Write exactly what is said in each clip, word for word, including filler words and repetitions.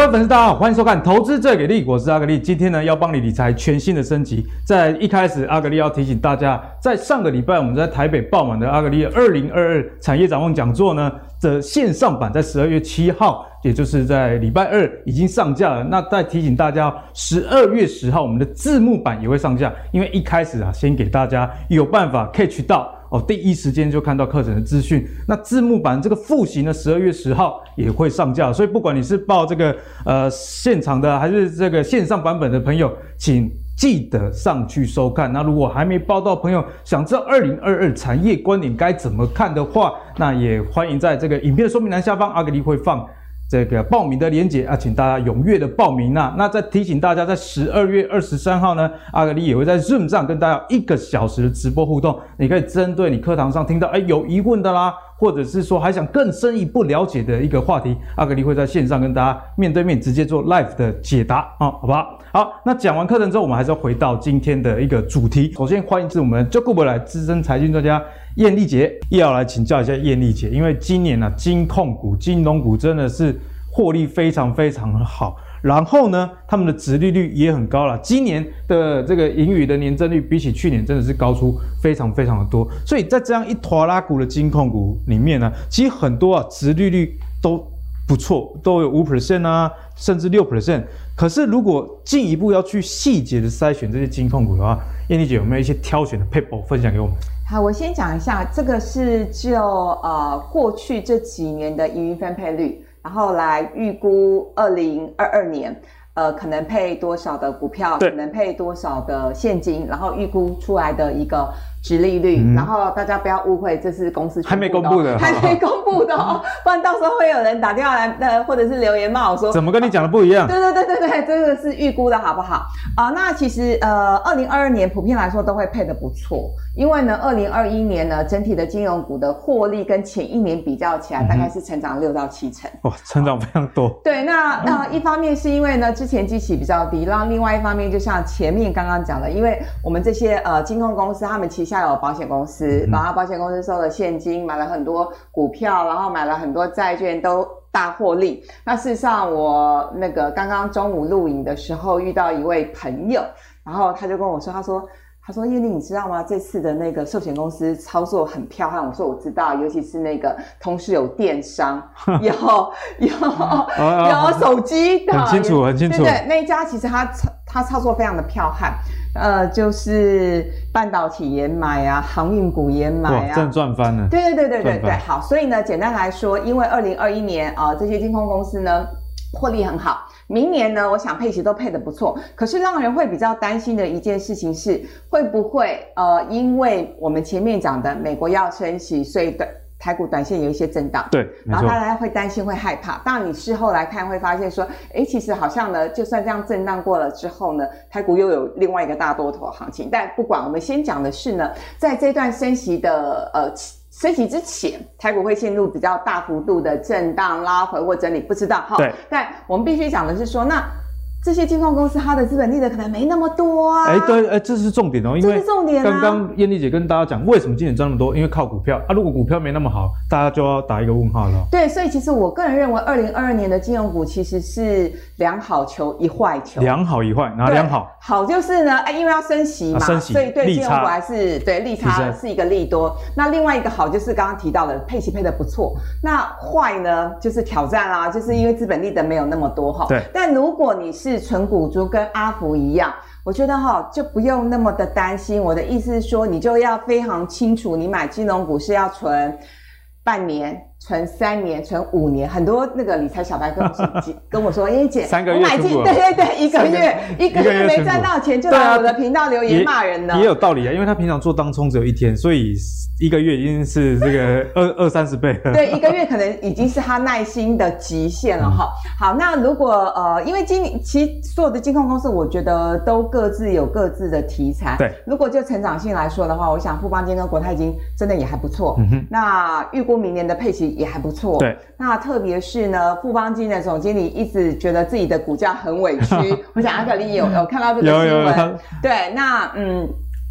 位粉丝大家好，欢迎收看投资最给力，我是阿格力。今天呢要帮你理财全新的升级。在一开始，阿格力要提醒大家，在上个礼拜我们在台北爆满的阿格力二零二二产业展望讲座呢的线上版，在十二月七号，也就是在礼拜二已经上架了。那再提醒大家，十二月十号我们的字幕版也会上架，因为一开始啊，先给大家有办法 catch 到。哦，第一时间就看到课程的资讯。那字幕版这个复习呢，十二月十号也会上架，所以不管你是报这个呃现场的还是这个线上版本的朋友，请记得上去收看。那如果还没报到的朋友，想知道二零二二产业观点该怎么看的话，那也欢迎在这个影片的说明栏下方，阿格力会放这个报名的连结啊，请大家踊跃的报名啊。那再提醒大家，在十二月二十三号呢，阿格力也会在 Zoom 上跟大家一个小时的直播互动。你可以针对你课堂上听到哎有疑问的啦，或者是说还想更深一步了解的一个话题，阿格力会在线上跟大家面对面直接做 live 的解答啊，好不好？好，那讲完课程之后，我们还是要回到今天的一个主题。首先欢迎是我们就顾不来资深财经专家燕丽姐，也要来请教一下燕丽姐，因为今年啊，金控股、金融股真的是获利非常非常的好，然后呢，他们的殖利率也很高了。今年的这个盈余的年增率比起去年真的是高出非常非常的多，所以在这样一拖拉股的金控股里面呢，其实很多啊殖利率都不错，都有 百分之五 啊，甚至 百分之六。可是如果进一步要去细节的筛选这些金控股的话，燕丽姐有没有一些挑选的 paper 分享给我们？ 好，我先讲一下，这个是就呃过去这几年的盈余分配率，然后来预估二零二二年呃可能配多少的股票，可能配多少的现金，然后预估出来的一个殖利率、嗯、然后大家不要误会，这是公司还没公布的， 还没公布的哦，不然到时候会有人打电话来呃或者是留言骂我说怎么跟你讲的不一样。 对对对对对，这个是预估的好不好啊、呃？那其实呃二零二二年普遍来说都会配得不错，因为呢二零二一年呢整体的金融股的获利跟前一年比较起来、嗯、大概是成长六到七成， 哇，成长非常多。 对，那那一方面是因为呢之前基期比较低，然后另外一方面就像前面刚刚讲的，因为我们这些呃金控公司他们旗下有保险公司，然后保险公司收了现金，买了很多股票，然后买了很多债券，都大获利。那事实上我那个刚刚中午录影的时候遇到一位朋友，然后他就跟我说，他说他说燕丽你知道吗，这次的那个寿险公司操作很漂亮。我说我知道，尤其是那个同时有电商有有有手机的， 很清楚很清楚。 对对，那一家其实他他操作非常的彪悍，呃，就是半导体也买啊，航运股也买啊， 哇，真的赚翻了。 对对对对对对，好，所以呢，简单来说，因为二零二一年啊、呃，这些金控公司呢获利很好，明年呢，我想配息都配得不错。可是让人会比较担心的一件事情是，会不会呃，因为我们前面讲的美国要升息，所以的台股短线有一些震荡， 对， 然后大家会担心会害怕。当然你事后来看会发现说，诶，其实好像呢，就算这样震荡过了之后呢，台股又有另外一个大多头行情。但不管，我们先讲的是呢，在这段升息的呃升息之前，台股会陷入比较大幅度的震荡拉回或整理，不知道哈。 对， 但我们必须讲的是说，那这些金控公司它的资本利得可能没那么多啊。 哎，对，哎，这是重点哦，因为刚刚燕丽姐跟大家讲，为什么今年赚那么多？因为靠股票啊。如果股票没那么好，大家就要打一个问号了。 对，所以其实我个人认为，二零二二年的金融股其实是两好球一坏球。 两好一坏，哪两好？ 好就是呢，哎，因为要升息嘛， 啊、升息所以对金融股还是对利差是一个利多。那另外一个好就是刚刚提到的配息配得不错。那坏呢，就是挑战啦、啊，就是因为资本利得没有那么多哈。 对。 但如果你是纯股族，跟阿福一样，我觉得哈就不用那么的担心。我的意思是说，你就要非常清楚，你买金融股是要存半年、存三年、存五年。很多那个理财小白跟我说，跟我说，哎姐， 三个月我买进，对对对，一个月一个月没赚到钱，就来我的频道留言骂人呢、 啊也。也有道理啊，因为他平常做当冲只有一天，所以一个月已经是这个二二三十倍了。 对，一个月可能已经是他耐心的极限了哈、嗯。好，那如果呃，因为今年其实所有的金控公司，我觉得都各自有各自的题材。 对， 如果就成长性来说的话，我想富邦金跟国泰金真的也还不错。嗯哼，那预估明年的配息也还不错。 对， 那特别是呢，富邦金的总经理一直觉得自己的股价很委屈。我想阿格力有有看到这个新闻。对，那嗯。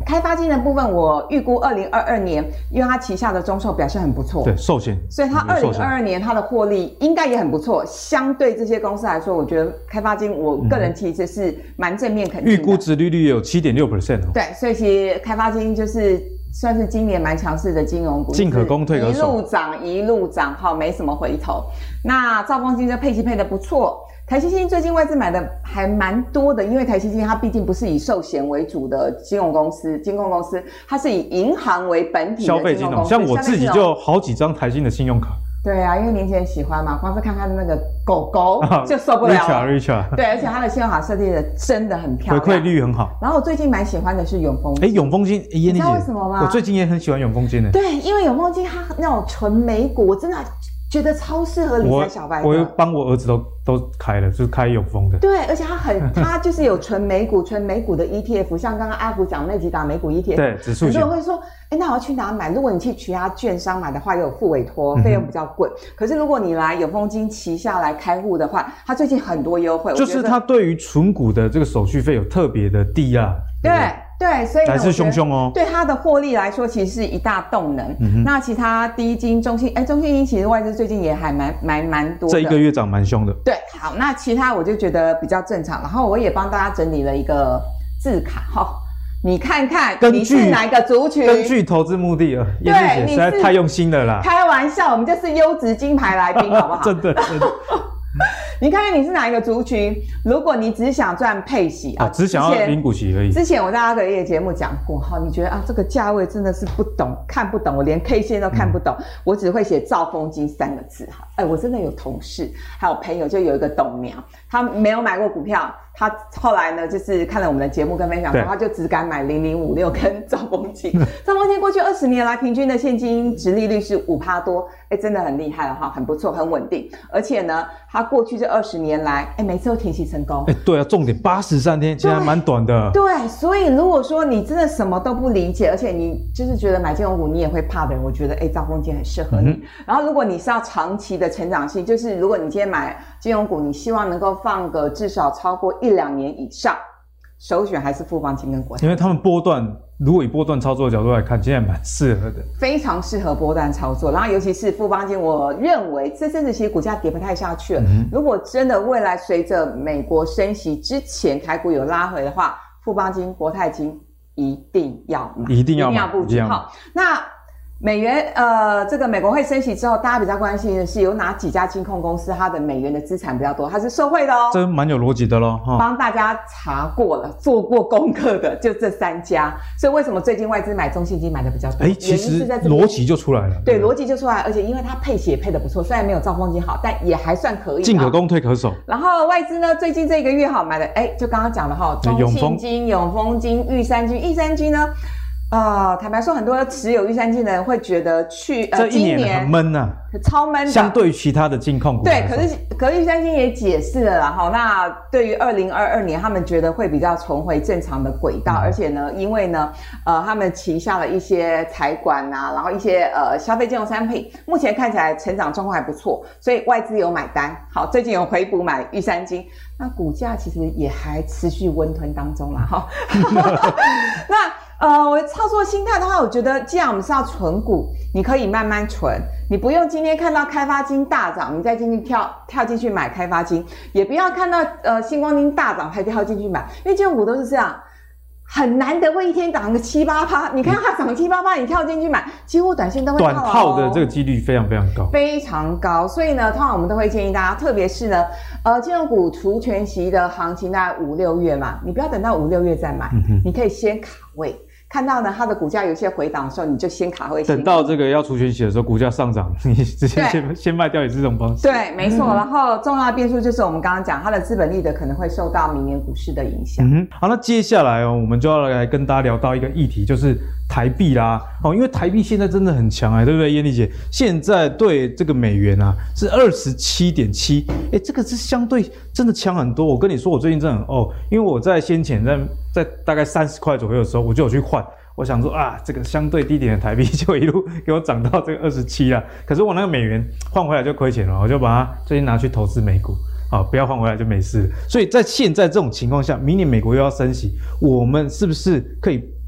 开发金的部分，我预估二零二二年，因为它旗下的中寿表现很不错， 对寿险， 所以它二零二二年它的获利应该也很不错。相对这些公司来说，我觉得开发金，我个人其实是蛮正面肯定的。 预估殖利率有 百分之七点六 哦。 对，所以其实开发金就是算是今年蛮强势的金融股， 进可攻退可守， 一路涨一路涨，好，没什么回头。那兆丰金就配息配的不错。台积金最近外资买的还蛮多的，因为台积金它毕竟不是以寿险为主的金融公司、金控公司，它是以银行为本体的消费金融。像我自己就好几张台金的信用卡。 对啊，因为年轻人喜欢嘛，光是看看那个狗狗就受不了了。 Richard Richard。 对，而且它的信用卡设计的真的很漂亮， 回馈率很好。 然后我最近蛮喜欢的是永丰金。 哎，永丰金，哎，燕妮姐， 你知道为什么吗？ 我最近也很喜欢永丰金的。 对，因为永丰金它那种纯美股，我真的觉得超适合理财小白的。 我帮我儿子都都开了，就是开永丰的。 对，而且它很，它就是有纯美股、纯美股的 E T F， 像刚刚阿福讲那几档美股 E T F。 对，指数型。 很多人会说，哎，那我要去哪买？如果你去其他券商买的话，有付委托，费用比较贵。嗯、可是如果你来永丰金旗下来开户的话，它最近很多优惠。 就是它对于纯股的这个手续费有特别的低啊。 对。对，所以来势汹汹哦。 对它的获利来说，其实是一大动能。嗯、那其他低金、中信，哎，中信金其实外资最近也还蛮蛮蛮多的。 这一个月涨蛮凶的。 对，好，那其他我就觉得比较正常。然后我也帮大家整理了一个字卡哈、哦，你看看你是哪一个族群？ 根据投资目的啊，燕妮姐实在太用心了啦。 开玩笑，我们就是优质金牌来宾，好不好？ 真的真的。 你看看你是哪一个族群？如果你只想赚配息啊， 只想要领股息而已。 之前我在阿格力的节目讲过，哈，你觉得啊这个价位真的是不懂，看不懂，我连 K 线都看不懂，嗯、我只会写兆丰金三个字哈。哎，我真的有同事还有朋友，就有一个董娘，他没有买过股票，他后来呢就是看了我们的节目跟分享之后，他就只敢买零零五六跟兆丰金。兆丰金过去二十年来平均的现金殖利率是五趴多，哎，真的很厉害了哈，很不错，很稳定，而且呢，他过去这二十年来，哎，每次都填息成功。 哎，对啊，重点八十三天，其实还蛮短的。 对，所以如果说你真的什么都不理解，而且你就是觉得买金融股你也会怕的人，我觉得哎，兆丰金很适合你。嗯、然后如果你是要长期的成长性，就是如果你今天买金融股，你希望能够放个至少超过一两年以上，首选还是富邦金跟国泰， 因为他们波段。如果以波段操作的角度来看，现在蛮适合的， 非常适合波段操作。然后尤其是富邦金，我认为这阵子其实股价跌不太下去了。嗯、如果真的未来随着美国升息之前台股有拉回的话，富邦金、国泰金一定要买， 一定要买， 一定要布局。好，那美元呃，这个美国会升息之后，大家比较关心的是有哪几家金控公司它的美元的资产比较多，它是受惠的哦， 这蛮有逻辑的咯。 哦、帮大家查过了，做过功课的就这三家，所以为什么最近外资买中信金买的比较多？ 哎，其实逻辑就出来了， 对，逻辑就出来了，而且因为它配息也配的不错，虽然没有兆丰金好，但也还算可以， 进可攻退可守。 然后外资呢，最近这个月好买的，哎，就刚刚讲的哈，中信金、永丰金、玉山金、玉山金呢。呃，坦白说，很多持有玉山金的人会觉得去呃， 这一年很闷啊， 超闷的。 相对于其他的金控股， 对，可是可是玉山金也解释了啦，哈。那对于二零二二年，他们觉得会比较重回正常的轨道，嗯、而且呢，因为呢，呃，他们旗下的一些财管啊，然后一些呃消费金融产品，目前看起来成长状况还不错，所以外资有买单。好，最近有回补买玉山金，那股价其实也还持续温吞当中啦，哈。那。呃，我操作心态的话，我觉得既然我们是要存股，你可以慢慢存，你不用今天看到开发金大涨，你再进去跳跳进去买开发金，也不要看到呃星光金大涨才跳进去买，因为金融股都是这样，很难得会一天涨个七八趴，你看它涨七八趴，你跳进去买，几乎短线都会套、哦、 短套的这个几率非常非常高， 非常高。所以呢，通常我们都会建议大家，特别是呢，呃，金融股除权息的行情大概五六月嘛，你不要等到五六月再买，嗯、你可以先卡位。看到呢，它的股价有些回档的时候，你就先卡位。 等到这个要除权息的时候，股价上涨，你直接先先卖掉也是这种方式。 对，没错。然后重要的变数就是我们刚刚讲，它的资本利得可能会受到明年股市的影响。 嗯，好，那接下来哦，我们就要来跟大家聊到一个议题，就是台币啦。哦，因为台币现在真的很强哎，对不对，燕妮姐？现在对这个美元啊是二十七点七，哎，这个是相对真的强很多。我跟你说，我最近真的很哦，因为我在先前在在大概三十块左右的时候，我就有去换。我想说啊，这个相对低点的台币就一路给我涨到这个二十七了。可是我那个美元换回来就亏钱了，我就把它最近拿去投资美股啊，不要换回来就没事。所以在现在这种情况下，明年美国又要升息，我们是不是可以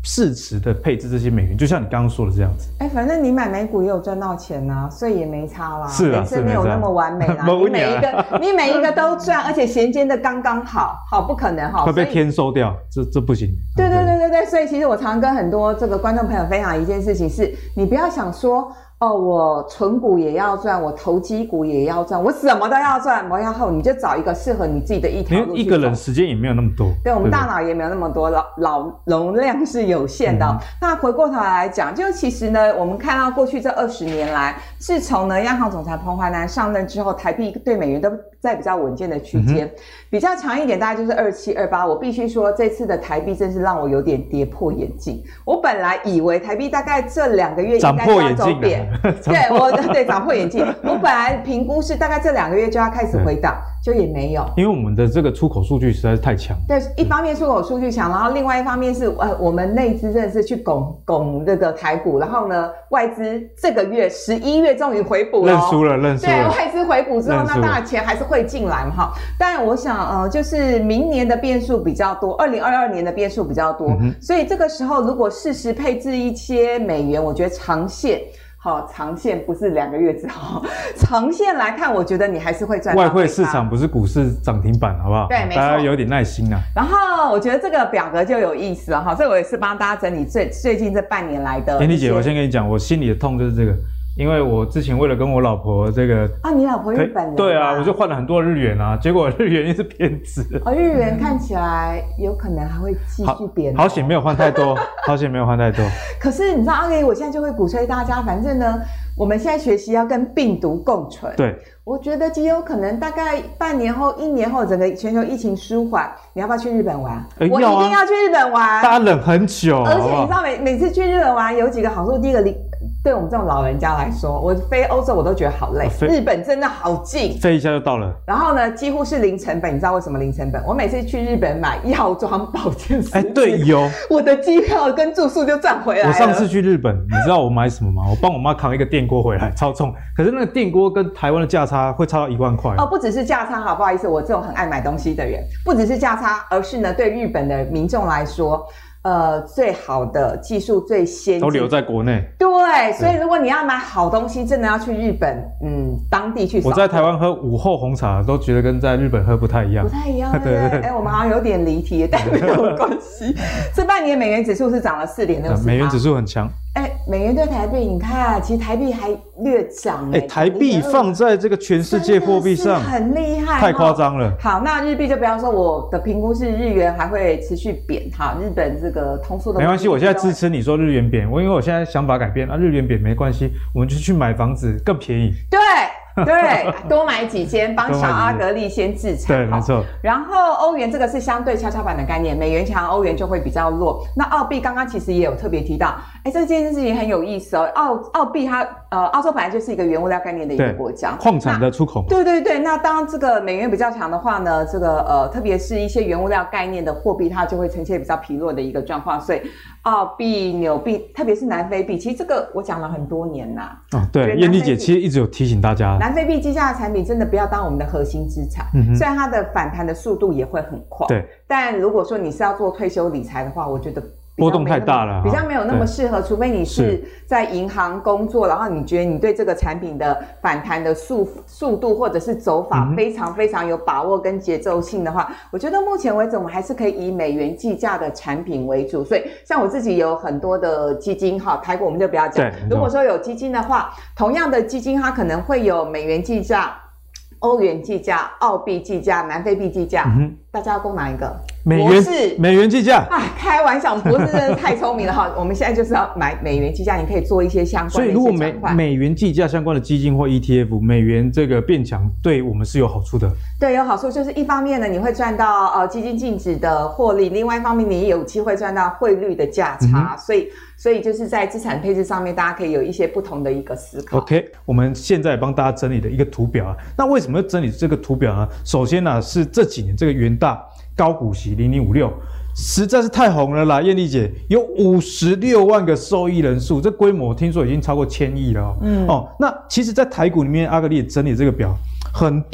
适时的配置这些美元，就像你刚刚说的这样子。 哎，反正你买美股也有赚到钱啊，所以也没差啦。 是啊， 是没有那么完美啦。你每一个你每一个都赚，而且衔接的刚刚好，好不可能哈， 会被天收掉，这这不行。 对对对对对，所以其实我常跟很多这个观众朋友分享一件事情是，你不要想说。哦，我存股也要赚，我投机股也要赚，我什么都要赚。我要后你就找一个适合你自己的一条路去走。 因为一个人时间也没有那么多， 对我们大脑也没有那么多，脑脑容量是有限的、哦嗯。那回过头来讲，就其实呢，我们看到过去这二十年来，自从呢央行总裁彭淮南上任之后，台币对美元都在比较稳健的区间、嗯，比较强一点大概就是二七二八。我必须说，这次的台币真是让我有点跌破眼镜。我本来以为台币大概这两个月应该就要走贬。对我对涨破眼镜，我本来评估是大概这两个月就要开始回档，就也没有， 因为我们的这个出口数据实在是太强。 对，一方面出口数据强，然后另外一方面是呃我们内资真的是去拱拱这个台股，然后呢外资这个月十一月终于回补了、哦， 认输了，认输了。 对，外资回补之后，那当然钱还是会进来嘛哈。但我想呃就是明年的变数比较多，二零二二年的变数比较多、嗯，所以这个时候如果适时配置一些美元，我觉得长线。好，长线不是两个月之后，长线来看，我觉得你还是会赚到。 外汇市场不是股市涨停板，好不好？ 对，没错。 大家有点耐心啊。 然后我觉得这个表格就有意思了哈，所以我也是帮大家整理最最近这半年来的。 田丽姐，我先跟你讲，我心里的痛就是这个。因为我之前为了跟我老婆这个啊，你老婆日本人， 对啊，我就换了很多日元啊，结果日元一直贬值。 哦，日元看起来有可能还会继续贬、哦。 好险没有换太多，好险没有换太多。 可是你知道阿哥，我现在就会鼓吹大家，反正呢，我们现在学习要跟病毒共存。 对， 我觉得极有可能大概半年后、一年后，整个全球疫情舒缓，你要不要去日本玩？欸、我一定要去日本玩。 大家忍很久， 而且你知道每每次去日本玩有几个好处，第一个离。对我们这种老人家来说，我飞欧洲我都觉得好累，日本真的好近， 飞一下就到了。 然后呢，几乎是零成本，你知道为什么零成本？我每次去日本买药妆、保健食品，哎， 对，有我的机票跟住宿就赚回来了。 我上次去日本，你知道我买什么吗？我帮我妈扛一个电锅回来，超重。可是那个电锅跟台湾的价差会差到一万块哦，不只是价差，好不好意思，我这种很爱买东西的人，不只是价差，而是呢，对日本的民众来说。呃，最好的技术最先进都留在国内。 对，所以如果你要买好东西，真的要去日本，嗯，当地去。 我在台湾喝午后红茶，都觉得跟在日本喝不太一样。 不太一样，对对对。哎、欸，我们好像有点离题，但没有关系。这半年美元指数是涨了四点六四， 美元指数很强。 哎、欸，美元对台币，你看，其实台币还略涨哎、 欸。台币放在这个全世界货币上， 很厉害， 太夸张了。 好，那日币就不要说，我的评估是日元还会持续贬哈。日本这个通缩的没关系，我现在支持你说日元贬，我因为我现在想法改变啊，日元贬没关系，我们就去买房子更便宜。 对。对，多买几间，帮小阿格力先自产。 对，没错。 然后欧元这个是相对跷跷板的概念，美元强，欧元就会比较弱。那澳币刚刚其实也有特别提到，哎，这件事情很有意思哦。澳澳币它呃，澳洲本来就是一个原物料概念的一个国家， 矿产的出口。 对对对，那当这个美元比较强的话呢，这个呃，特别是一些原物料概念的货币，它就会呈现比较疲弱的一个状况。所以澳币、纽币，特别是南非币，其实这个我讲了很多年啦。 哦，对，燕丽姐其实一直有提醒大家。 南非币计价的产品真的不要当我们的核心资产、嗯，虽然它的反弹的速度也会很快， 对， 但如果说你是要做退休理财的话，我觉得波动太大了， 比较没有那么适合，除非你是在银行工作，然后你觉得你对这个产品的反弹的速速度或者是走法非常非常有把握跟节奏性的话、嗯，我觉得目前为止我们还是可以以美元计价的产品为主。所以像我自己有很多的基金哈，台股我们就不要讲。如果说有基金的话，同样的基金它可能会有美元计价、欧元计价、澳币计价、南非币计价、嗯，大家要攻哪一个？ 美元是美元计价。 哎，开玩笑，博士真的太聪明了哈！我们现在就是要买美元计价，你可以做一些相关的。 所以如果美美元计价相关的基金或 E T F， 美元这个变强，对我们是有好处的。 对，有好处，就是一方面呢，你会赚到呃基金净值的获利；，另外一方面，你也有机会赚到汇率的价差。嗯、所以，所以就是在资产配置上面，大家可以有一些不同的一个思考。 OK， 我们现在帮大家整理的一个图表啊，那为什么要整理这个图表呢？首先呢、啊，是这几年这个元大高股息零零五六。实在是太红了啦，燕丽姐有五十六万个受益人数，这规模听说已经超过千亿了哦。嗯哦，那其实，在台股里面，阿格力也整理这个表，很多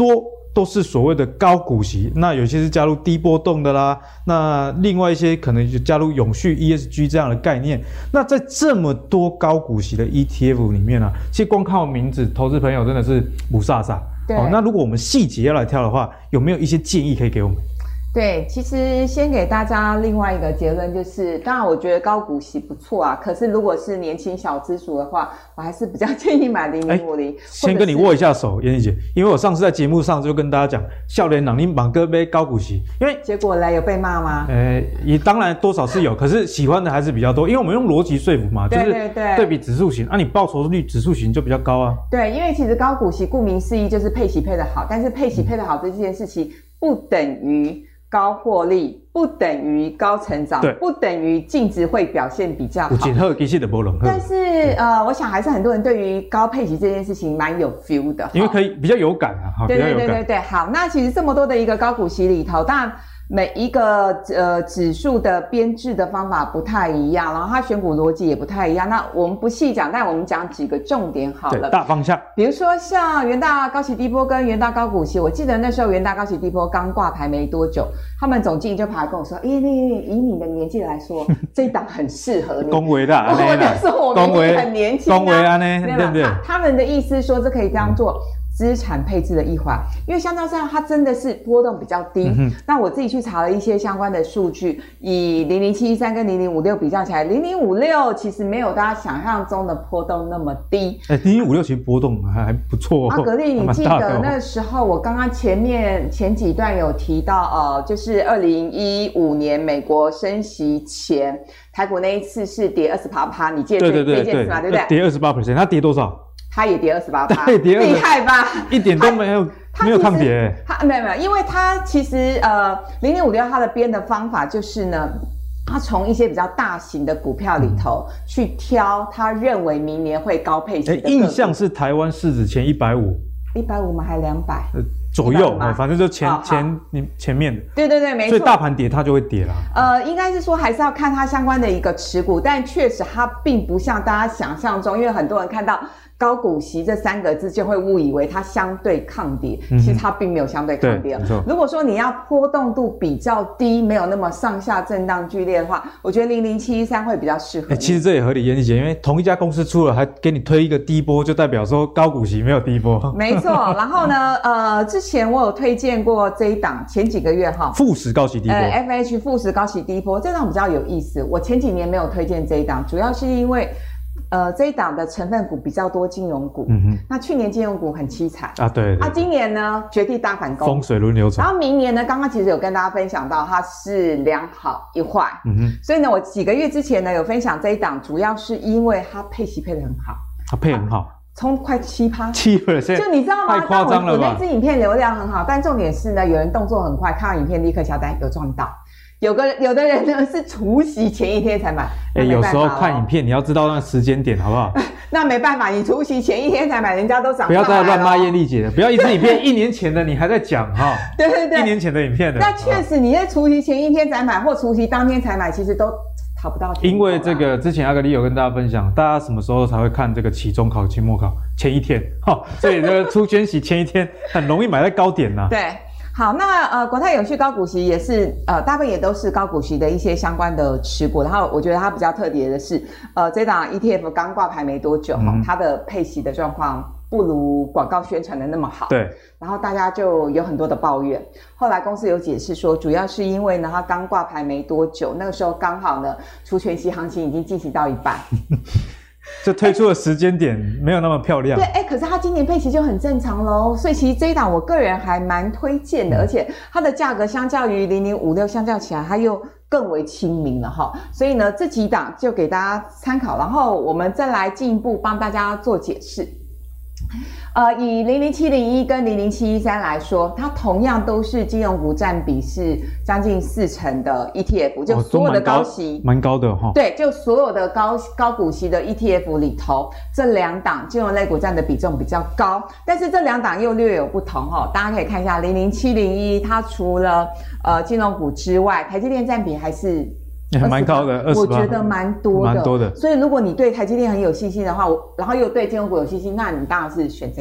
都是所谓的高股息，那有些是加入低波动的啦，那另外一些可能就加入永续 E S G 这样的概念。那在这么多高股息的 E T F 里面呢、啊，其实光靠名字，投资朋友真的是不飒飒。哦，那如果我们细节要来挑的话，有没有一些建议可以给我们？ 对，其实先给大家另外一个结论就是，当然我觉得高股息不错啊，可是如果是年轻小资族的话，我还是比较建议买零零五零。 先跟你握一下手，妍妮姐，因为我上次在节目上就跟大家讲，少年人你绑个杯高股息，因为结果呢有被骂吗？ 呃，也当然多少是有，可是喜欢的还是比较多，因为我们用逻辑说服嘛，就是对比指数型，啊，你报酬率指数型就比较高啊。 对，因为其实高股息顾名思义就是配息配得好，但是配息配得好这件事情不等于高获利，不等于高成长，不等于净值会表现比较好。但是呃，我想还是很多人对于高配息这件事情蛮有 feel 的， 因为可以比较有感啊。 对对对对对，好，那其实这么多的一个高股息里头，当然每一个呃指数的编制的方法不太一样，然后它选股逻辑也不太一样。那我们不细讲，但我们讲几个重点好了。 对，大方向。 比如说像元大高息低波跟元大高股息，我记得那时候元大高息低波刚挂牌没多久，他们总经理就跑来跟我说：“哎、欸，那以你的年纪来说，这一档很适合你。” 恭维的， 我就说我明明很年轻啊， 恭维啊呢，对不对？ 他们的意思说这可以这样做。嗯，资产配置的一环，因为相较上它真的是波动比较低。嗯、那我自己去查了一些相关的数据，以零零七一三跟零零五六比较起来，零零五六其实没有大家想象中的波动那么低。 哎、欸，零零五六其实波动还还不错、哦。 阿格力，你记得那时候我刚刚前面前几段有提到，呃，就是二零一五年美国升息前，台股那一次是跌二十八趴，你记得这这件事吗？对不对？ 跌二十八 percent， 它跌多少？ 它也跌二十八趴， 对，跌厉害吧？ 一点都没有没有抗跌、欸。 它没有没有，因为它其实呃零零五六它的编的方法就是呢，它从一些比较大型的股票里头、嗯、去挑，他认为明年会高配息的个股。 印象是台湾市值前一百五， 一百五吗？还两百？ 呃，左右，反正就前前你前面的。 对对对，没错。 所以大盘跌它就会跌啦。 呃，应该是说还是要看它相关的一个持股，但确实它并不像大家想象中，因为很多人看到高股息这三个字就会误以为它相对抗跌，嗯、其实它并没有相对抗跌。如果说你要波动度比较低，没有那么上下震荡剧烈的话，我觉得零零七一三会比较适合、欸。 其实这也合理，妍妮姐，因为同一家公司出了还给你推一个低波，就代表说高股息没有低波。 没错，然后呢，呃，之前我有推荐过这一档，前几个月哈， 富时高息低波， 呃 ，F H 富时高息低波这档比较有意思。我前几年没有推荐这一档，主要是因为。呃，这一档的成分股比较多金融股，嗯哼，那去年金融股很凄惨啊，对，对， 啊，今年呢绝地大反攻， 风水轮流转， 然后明年呢，刚刚其实有跟大家分享到，它是两好一坏，嗯哼，所以呢，我几个月之前呢有分享这一档，主要是因为它配息配得很好， 它配很好， 冲快七趴， 七 percent， 就你知道吗？ 太夸张了吧？ 我那支影片流量很好，但重点是呢，有人动作很快，看到影片立刻下单，有赚到。有个有的人呢是除夕前一天才买， 哎、欸，有时候看影片你要知道那个时间点，好不好？ 那没办法，你除夕前一天才买，人家都涨。 不要再乱骂艳丽姐了，不要一支影片一年前的你还在讲哈。 对对对， 一年前的影片的。 那确实，你在除夕前一天才买，或除夕当天才买，其实都讨不到。 因为这个之前阿格力有跟大家分享，大家什么时候才会看这个期中考、期末考前一天？哈，所以这个出圈息前一天很容易买在高点呐、啊。 对。好，那呃，国泰永续高股息也是呃，大部分也都是高股息的一些相关的持股。然后我觉得它比较特别的是，呃，这档 E T F 刚挂牌没多久哈、嗯，它的配息的状况不如广告宣传的那么好。 对。 然后大家就有很多的抱怨。后来公司有解释说，主要是因为呢，它刚挂牌没多久，那个时候刚好呢，除权息行情已经进行到一半。 这推出的时间点没有那么漂亮。 对，哎、欸，可是它今年配息就很正常咯，所以其实这一档我个人还蛮推荐的，嗯、而且它的价格相较于零零五六相较起来，它又更为亲民了哈。所以呢，这几档就给大家参考，然后我们再来进一步帮大家做解释。呃，以零零七零一跟零零七一三来说，它同样都是金融股占比是将近四成的 E T F， 就所有的高息， 蛮、哦、高, 高的哈、哦。 对，就所有的高高股息的 E T F 里头，这两档金融类股占的比重比较高，但是这两档又略有不同哈、哦。大家可以看一下零零七零一，它除了呃金融股之外，台积电占比还是。 也蛮高的， 我觉得蛮多的， 蛮多的。 所以如果你对台积电很有信心的话，我然后又对金融股有信心，那你当然是选这档。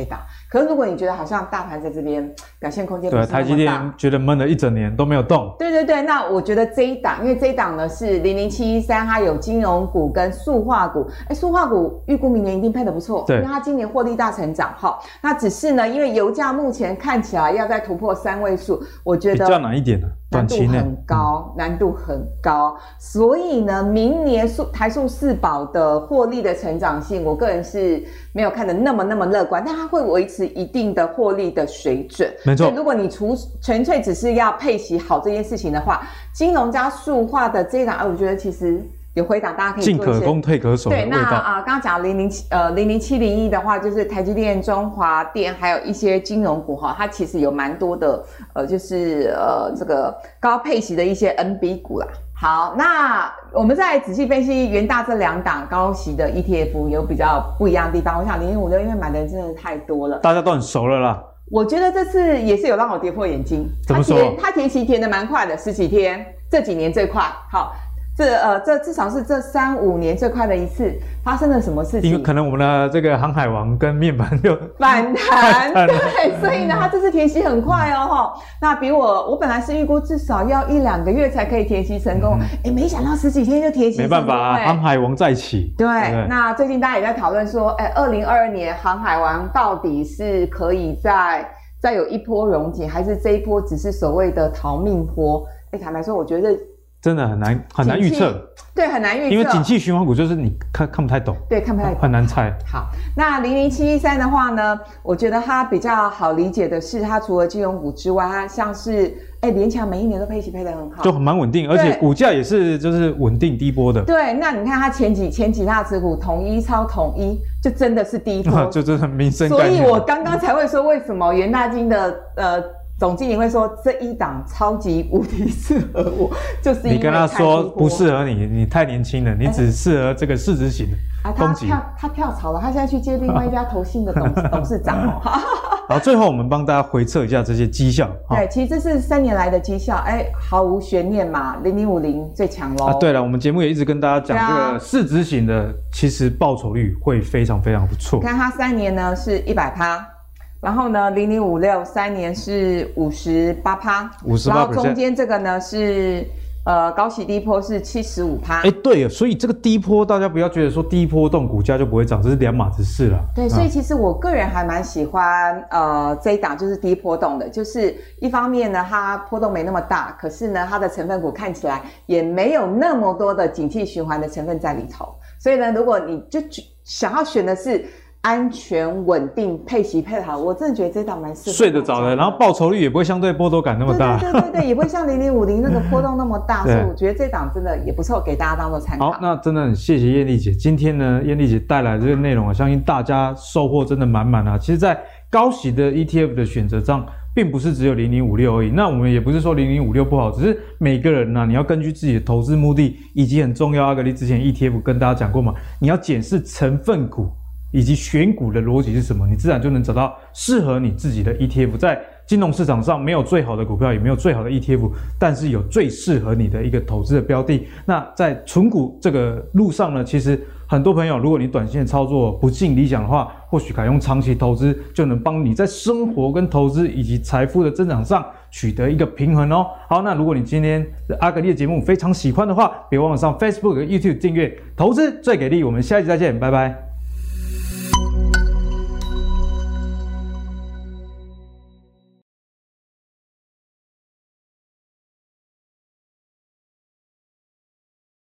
可是如果你觉得好像大盘在这边表现空间不是那么大， 对，台积电觉得闷了一整年都没有动。 对对对，那我觉得这一档，因为这一档呢是零零七一三，它有金融股跟塑化股，哎，塑化股预估明年一定配得不错， 对， 因为它今年获利大成长哈。那只是呢，因为油价目前看起来要再突破三位数，我觉得比较难一点的， 难度很高，难度很高，所以呢，明年台塑四宝的获利的成长性，我个人是没有看得那么那么乐观，但它会维持一定的获利的水准。 没错， 如果你除纯粹只是要配息好这件事情的话，金融加塑化的这一档，我觉得其实有回档，大家可以做一些进可攻退可守的味道。 对，那啊，刚刚讲零零七呃零零七零一的话，就是台积电、中华电，还有一些金融股哈，它其实有蛮多的呃，就是呃这个高配息的一些 N B 股啦。好，那我们再仔细分析元大这两档高息的 E T F 有比较不一样的地方。我想零零五六因为买的人真的太多了， 大家都很熟了啦。 我觉得这次也是有让我跌破眼镜。 怎么说？ 它填息填的蛮快的，十几天，这几年最快。好。这呃，这至少是这三五年最快的一次，发生了什么事情？ 因为可能我们的这个航海王跟面板就反弹，对，所以呢，它这次填息很快哦，哈。那比我，我本来是预估至少要一两个月才可以填息成功，哎、嗯，没想到十几天就填息成功， 没办法啊，航海王再起。 对， 对对， 那最近大家也在讨论说，哎，二零二二年航海王到底是可以再再有一波荣景，还是这一波只是所谓的逃命波？哎，坦白说，我觉得。 真的很难很难预测， 对，很难预测， 因为景气循环股就是你看看不太懂， 对，看不太懂， 很难猜。 好，那零零七一三的话呢，我觉得它比较好理解的是，它除了金融股之外，它像是哎联强每一年都配息配得很好， 就蛮稳定，而且股价也是就是稳定低波的。 对，那你看它前几前几大持股统一超统一，就真的是低波， 就真的民生概所念。 以我刚刚才会说，为什么元大金的呃。总经理会说这一档超级无敌适合我，就是因为你跟他说不适合你，你太年轻了，你只适合这个市值型的。 啊，他跳他跳槽了，他现在去接另外一家投信的董董事长哦。 好，最后我们帮大家回测一下这些绩效。 对，其实这是三年来的绩效，哎，毫无悬念嘛，零零五零最强喽。 啊，对了，我们节目也一直跟大家讲，这个市值型的其实报酬率会非常非常不错。 你看它三年呢是一百趴。然后呢，零零五六三年是五十八趴， 五十八， 然后中间这个呢是呃高息低波是七十五趴。 哎，对，所以这个低波大家不要觉得说低波动股价就不会涨，这是两码子事了。 对，所以其实我个人还蛮喜欢呃这一档就是低波动的，就是一方面呢它波动没那么大，可是呢它的成分股看起来也没有那么多的景气循环的成分在里头，所以呢如果你就想要选的是。安全稳定配息配好，我真的觉得这档蛮适合睡得着的，然后报酬率也不会相对波动感那么大， 对对对对对，也不会像零零五零那个波动那么大，所以我觉得这档真的也不错，给大家当做参考。 好，那真的很谢谢燕丽姐，今天呢，燕丽姐带来这个内容，我相信大家收获真的满满啊。其实，在高息的 E T F 的选择上，并不是只有零零五六而已。那我们也不是说零零五六不好，只是每个人呢、啊，你要根据自己的投资目的，以及很重要，阿格力之前 E T F 跟大家讲过嘛，你要检视成分股。以及选股的逻辑是什么，你自然就能找到适合你自己的 E T F。在金融市场上没有最好的股票，也没有最好的 E T F， 但是有最适合你的一个投资的标的。那在存股这个路上呢，其实很多朋友，如果你短线操作不尽理想的话，或许可以用长期投资，就能帮你在生活跟投资以及财富的增长上取得一个平衡哦。好，那如果你今天的阿格力的节目非常喜欢的话，别忘了上 Facebook 和 YouTube 订阅投资最给力。我们下一集再见，拜拜。